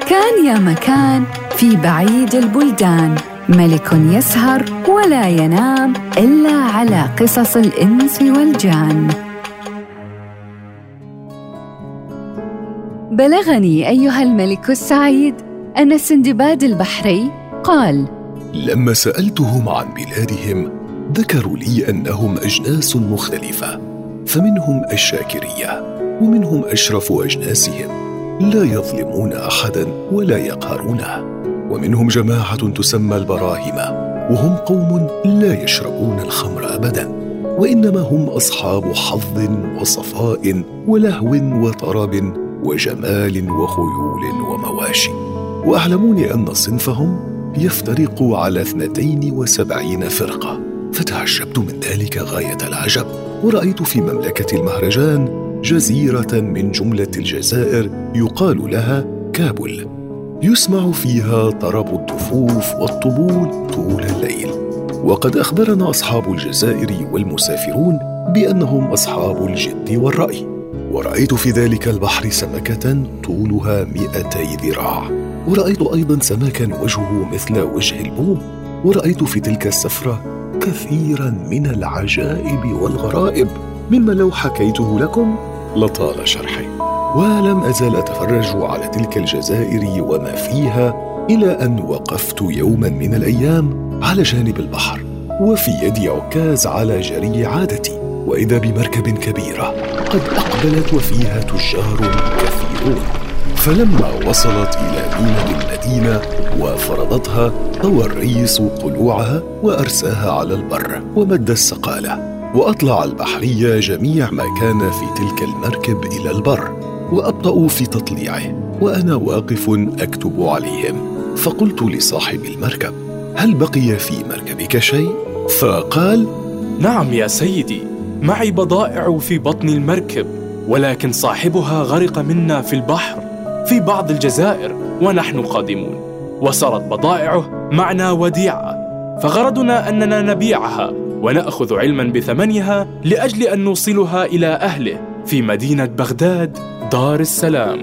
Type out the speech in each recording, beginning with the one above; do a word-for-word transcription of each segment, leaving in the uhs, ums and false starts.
كان يا مكان في بعيد البلدان ملك يسهر ولا ينام إلا على قصص الإنس والجان. بلغني أيها الملك السعيد أن سندباد البحري قال: لما سألتهم عن بلادهم ذكروا لي أنهم أجناس مختلفة، فمنهم الشاكرية ومنهم أشرف أجناسهم لا يظلمون أحداً ولا يقهرونه، ومنهم جماعة تسمى البراهمة وهم قوم لا يشربون الخمر أبداً، وإنما هم أصحاب حظ وصفاء ولهو وطرب وجمال وخيول ومواشي. وأعلموني أن صنفهم يفترق على اثنتين وسبعين فرقة، فتعجبت من ذلك غاية العجب. ورأيت في مملكة المهرجان جزيرة من جملة الجزائر يقال لها كابل، يسمع فيها طرب الدفوف والطبول طول الليل. وقد أخبرنا أصحاب الجزائر والمسافرون بأنهم أصحاب الجد والرأي. ورأيت في ذلك البحر سمكة طولها مئتي ذراع، ورأيت أيضا سمكا وجهه مثل وجه البوم. ورأيت في تلك السفرة كثيرا من العجائب والغرائب مما لو حكيته لكم لطال شرحي. ولم أزل أتفرج على تلك الجزائر وما فيها إلى أن وقفت يوما من الأيام على جانب البحر، وفي يدي عكاز على جري عادتي، وإذا بمركب كبيرة قد أقبلت وفيها تجار كثيرون. فلما وصلت إلى ميناء المدينة وفرضتها طوى الريس قلوعها وأرساها على البر ومد السقالة، وأطلع البحرية جميع ما كان في تلك المركب إلى البر، وأبطأوا في تطليعه وأنا واقف أكتب عليهم. فقلت لصاحب المركب: هل بقي في مركبك شيء؟ فقال: نعم يا سيدي، معي بضائع في بطن المركب، ولكن صاحبها غرق منا في البحر في بعض الجزائر ونحن قادمون، وصارت بضائعه معنا وديعة، فغرضنا أننا نبيعها ونأخذ علما بثمنها لأجل أن نوصلها إلى أهله في مدينة بغداد دار السلام.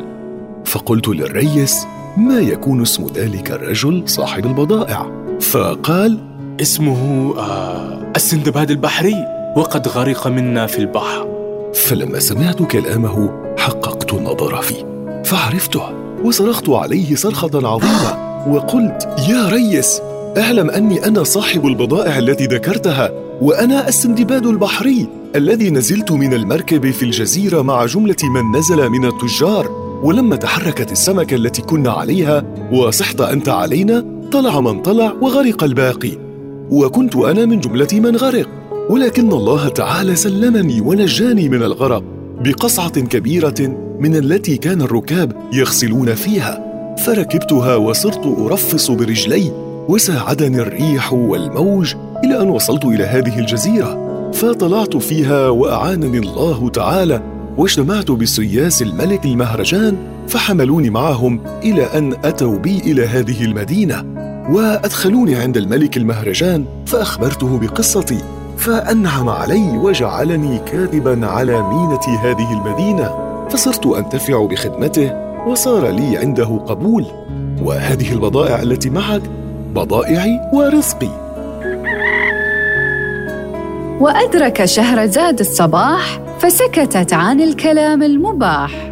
فقلت للريس: ما يكون اسم ذلك الرجل صاحب البضائع؟ فقال: اسمه آه السندباد البحري، وقد غرق منا في البحر. فلما سمعت كلامه حققت النظر فيه فعرفته، وصرخت عليه صرخة عظيمة وقلت: يا ريس، اعلم أني أنا صاحب البضائع التي ذكرتها، وأنا السندباد البحري الذي نزلت من المركب في الجزيرة مع جملة من نزل من التجار، ولما تحركت السمكة التي كنا عليها وصحت أنت علينا طلع من طلع وغرق الباقي، وكنت أنا من جملة من غرق، ولكن الله تعالى سلمني ونجاني من الغرق بقصعة كبيرة من التي كان الركاب يغسلون فيها، فركبتها وصرت أرفص برجلي، وساعدني الريح والموج إلى أن وصلت إلى هذه الجزيرة، فطلعت فيها وأعانني الله تعالى، واجتمعت بسياس الملك المهرجان فحملوني معهم إلى أن أتوا بي إلى هذه المدينة، وأدخلوني عند الملك المهرجان فأخبرته بقصتي، فأنعم علي وجعلني كاتبا على مينة هذه المدينة، فصرت أنتفع بخدمته وصار لي عنده قبول. وهذه البضائع التي معك بضائعي ورزقي. وأدرك شهرزاد الصباح فسكتت عن الكلام المباح.